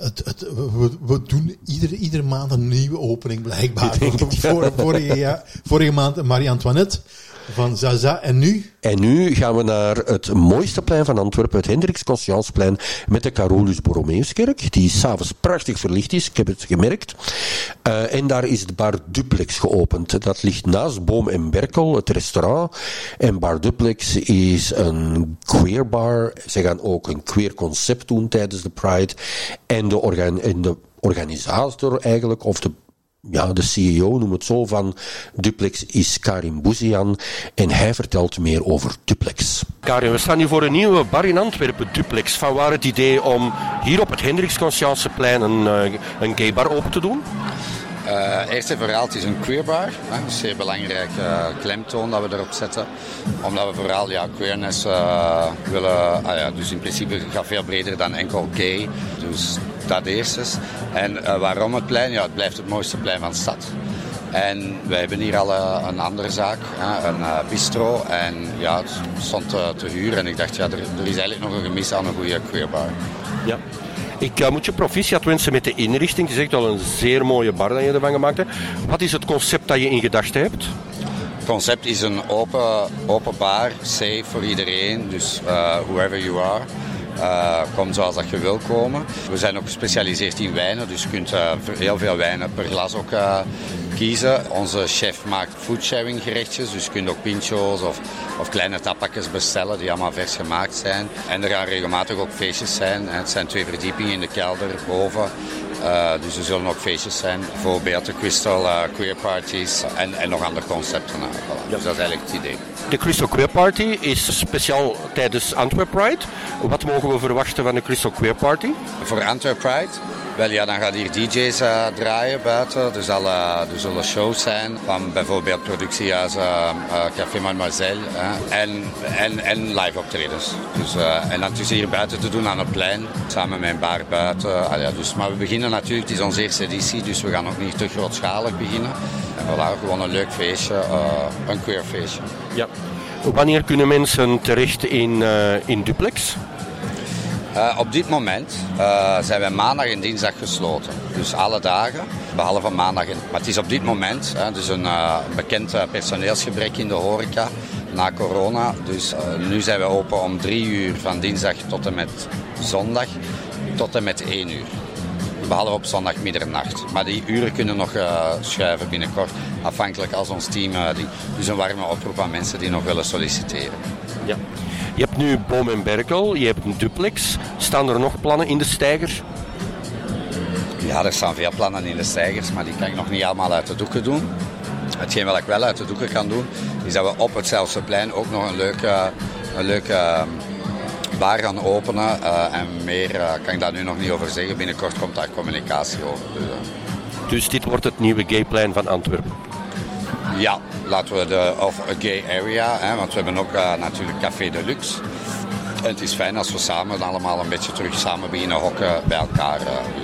We doen iedere maand een nieuwe opening, blijkbaar. Vorige maand Marie-Antoinette van Zaza. En nu? En nu gaan we naar het mooiste plein van Antwerpen, het Hendricks Conscienceplein, met de Carolus Borromeuskerk, die 's avonds prachtig verlicht is. Ik heb het gemerkt. En daar is de Bar Duplex geopend. Dat ligt naast Boom en Berkel, het restaurant. En Bar Duplex is een queer bar. Ze gaan ook een queer concept doen tijdens de Pride. En de organisator eigenlijk, of de CEO, noem het zo, van Duplex is Karim Bouzian en hij vertelt meer over Duplex. Karim, we staan hier voor een nieuwe bar in Antwerpen, Duplex. Van waar het idee om hier op het Hendrikskonscienceplein een gaybar open te doen? Eerst en vooral, het is een queerbar. Een zeer belangrijke klemtoon dat we erop zetten. Omdat we vooral queerness willen. Dus in principe gaat veel breder dan enkel gay. Dus dat eerst is. En waarom het plein? Ja, het blijft het mooiste plein van de stad. En wij hebben hier al een andere zaak, een bistro. En ja, het stond te huur. En ik dacht, er is eigenlijk nog een gemis aan een goede queerbar. Ja. Ik moet je proficiat wensen met de inrichting. Het is echt wel een zeer mooie bar dat je ervan gemaakt hebt. Wat is het concept dat je in gedachten hebt? Het concept is een open bar, safe voor iedereen. Dus whoever you are. Kom zoals dat je wil komen. We zijn ook gespecialiseerd in wijnen, dus je kunt heel veel wijnen per glas ook kiezen. Onze chef maakt foodsharing gerechtjes, dus je kunt ook pincho's of kleine tapakjes bestellen die allemaal vers gemaakt zijn. En er gaan regelmatig ook feestjes zijn. Het zijn 2 verdiepingen in de kelder, boven. Dus er zullen ook feestjes zijn, bijvoorbeeld de Crystal Queer Parties en nog andere concepten. Voilà. Dus dat is eigenlijk het idee. De Crystal Queer Party is speciaal tijdens Antwerp Pride. Wat mogen we verwachten van de Crystal Queer Party? Voor Antwerp Pride? Wel ja, dan gaan hier DJ's draaien buiten. Er zullen shows zijn van bijvoorbeeld productiehuis Café Mademoiselle en live optredens. Dus, en dan tussen hier buiten te doen aan het plein, samen met een bar buiten. Maar we beginnen natuurlijk, het is onze eerste editie, dus we gaan ook niet te grootschalig beginnen. En voilà, gewoon een leuk feestje, een queer feestje. Ja. Wanneer kunnen mensen terecht in Duplex? Op dit moment zijn wij maandag en dinsdag gesloten. Dus alle dagen, behalve maandag. Maar het is op dit moment dus een bekend personeelsgebrek in de horeca na corona. Dus nu zijn we open om 3 uur van dinsdag tot en met zondag tot en met 1 uur. Behalve op zondag middernacht. Maar die uren kunnen nog schuiven binnenkort. Afhankelijk als ons team. Dus een warme oproep aan mensen die nog willen solliciteren. Ja. Je hebt nu Boom en Berkel, je hebt een Duplex. Staan er nog plannen in de steiger? Ja, er staan veel plannen in de steigers, maar die kan ik nog niet allemaal uit de doeken doen. Hetgeen wat ik wel uit de doeken kan doen, is dat we op het Zelfseplein ook nog een leuke bar gaan openen. En meer kan ik daar nu nog niet over zeggen. Binnenkort komt daar communicatie over. Dus dit wordt het nieuwe gayplein van Antwerpen? Ja, laten we of a gay area, want we hebben ook natuurlijk Café de Luxe. En het is fijn als we samen allemaal een beetje terug samen beginnen hokken bij elkaar.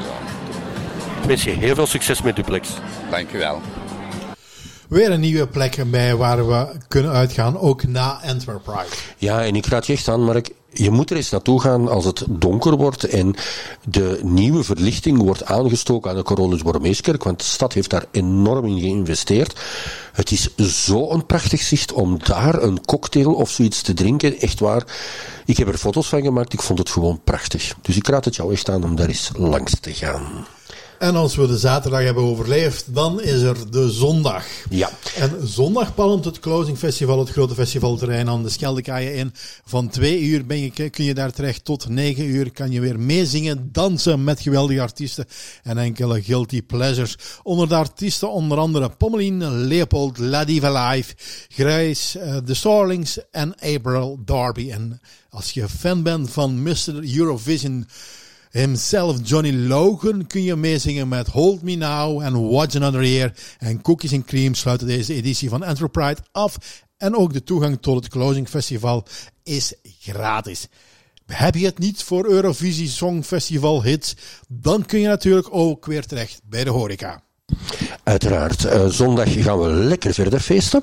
Ik wens je heel veel succes met Duplex. Dank u wel. Weer een nieuwe plek bij waar we kunnen uitgaan, ook na Antwerp Pride. Ja, en ik raad je echt aan, Mark. Je moet er eens naartoe gaan als het donker wordt en de nieuwe verlichting wordt aangestoken aan de Carolus-Borromeeskerk, want de stad heeft daar enorm in geïnvesteerd. Het is zo'n prachtig zicht om daar een cocktail of zoiets te drinken. Echt waar. Ik heb er foto's van gemaakt. Ik vond het gewoon prachtig. Dus ik raad het jou echt aan om daar eens langs te gaan. En als we de zaterdag hebben overleefd, dan is er de zondag. Ja. En zondag palmt het Closing Festival, het grote festivalterrein aan de Scheldekaaien in. Van 2 uur kun je daar terecht tot 9 uur. Kan je weer meezingen, dansen met geweldige artiesten en enkele guilty pleasures. Onder de artiesten onder andere Pommelien, Leopold, La Diva Live, Grace, The Starlings en April Darby. En als je fan bent van Mr. Eurovision himself, Johnny Logan, kun je meezingen met Hold Me Now en Watch Another Year. En Cookies and Cream sluiten deze editie van Antwerp Pride af. En ook de toegang tot het Closing Festival is gratis. Heb je het niet voor Eurovisie Songfestival hits, dan kun je natuurlijk ook weer terecht bij de horeca. Uiteraard. Zondag gaan we lekker verder feesten.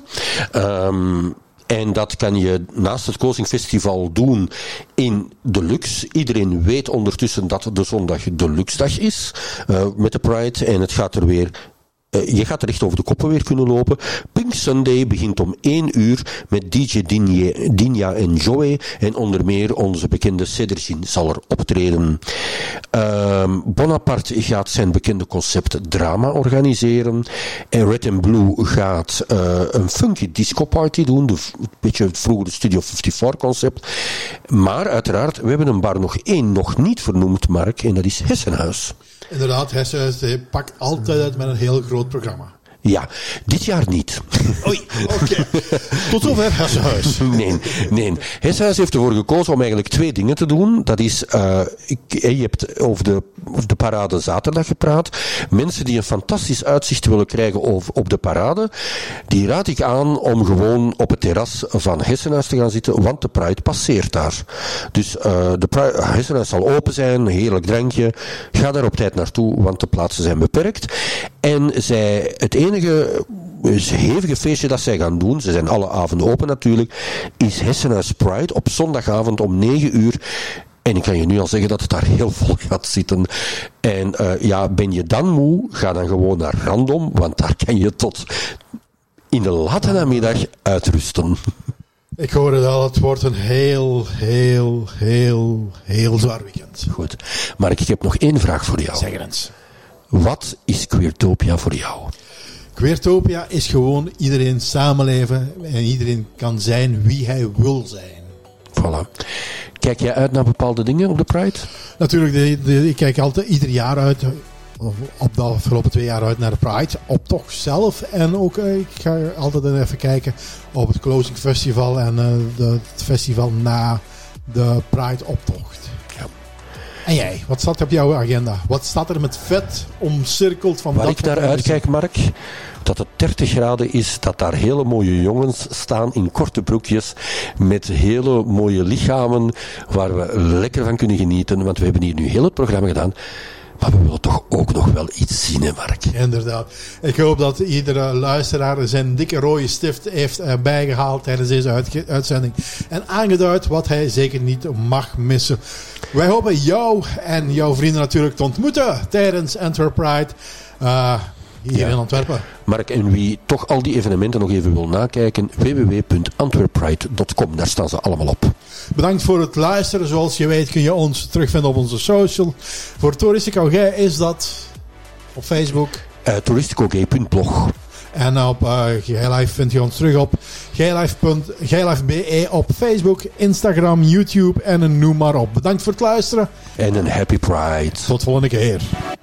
En dat kan je naast het Closing Festival doen in de Luxe. Iedereen weet ondertussen dat de zondag de Luxe-dag is met de Pride. En het gaat er weer... je gaat er echt over de koppen weer kunnen lopen. Pink Sunday begint om 1 uur met DJ Dinja en Joey. En onder meer onze bekende Cederzin zal er optreden. Bonaparte gaat zijn bekende concept drama organiseren. En Red and Blue gaat een funky disco party doen. Een beetje het vroegere Studio 54 concept. Maar uiteraard, we hebben een bar nog niet vernoemd, Mark. En dat is Hessenhuis. Inderdaad, Hessenhuis pakt altijd uit met een heel groot programma. Ja, dit jaar niet. Oei, oké. Tot zover Hessenhuis. Nee. Hessenhuis heeft ervoor gekozen om eigenlijk 2 dingen te doen. Dat is, je hebt over de parade zaterdag gepraat. Mensen die een fantastisch uitzicht willen krijgen op de parade, die raad ik aan om gewoon op het terras van Hessenhuis te gaan zitten, want de Pride passeert daar. Dus Hessenhuis zal open zijn, een heerlijk drankje. Ga daar op tijd naartoe, want de plaatsen zijn beperkt. En het enige hevige feestje dat zij gaan doen, ze zijn alle avonden open natuurlijk, is Hessenhuis Pride op zondagavond om 9 uur. En ik kan je nu al zeggen dat het daar heel vol gaat zitten. En ben je dan moe, ga dan gewoon naar Random, want daar kan je tot in de late namiddag uitrusten. Ik hoor het al, het wordt een heel zwaar weekend. Goed. Mark, ik heb nog 1 vraag voor jou. Zeg eens. Wat is Queertopia voor jou? Queertopia is gewoon iedereen samenleven en iedereen kan zijn wie hij wil zijn. Voilà. Kijk jij uit naar bepaalde dingen op de Pride? Natuurlijk, ik kijk altijd ieder jaar uit, op de afgelopen 2 jaar uit naar de Pride, optocht zelf. En ook, ik ga altijd even kijken op het Closing Festival en het festival na de Pride optocht. Ja. En jij, wat staat op jouw agenda? Wat staat er met vet omcirkeld van waar dat? Waar ik naar uitkijk, Mark, dat het 30 graden is, dat daar hele mooie jongens staan in korte broekjes met hele mooie lichamen waar we lekker van kunnen genieten, want we hebben hier nu heel het programma gedaan. Maar we willen toch ook nog wel iets zien, hè, Mark? Inderdaad. Ik hoop dat iedere luisteraar zijn dikke rode stift heeft bijgehaald tijdens deze uitzending. En aangeduid wat hij zeker niet mag missen. Wij hopen jou en jouw vrienden natuurlijk te ontmoeten tijdens Antwerp Pride. Hier in Antwerpen. Mark, en wie toch al die evenementen nog even wil nakijken, www.antwerppride.com. Daar staan ze allemaal op. Bedankt voor het luisteren. Zoals je weet kun je ons terugvinden op onze social. Voor Toeristico Gay is dat op Facebook. Toeristicogay.blog. En op GayLife vind je ons terug op GayLife.be op Facebook, Instagram, YouTube en noem maar op. Bedankt voor het luisteren. En een happy Pride. Tot volgende keer.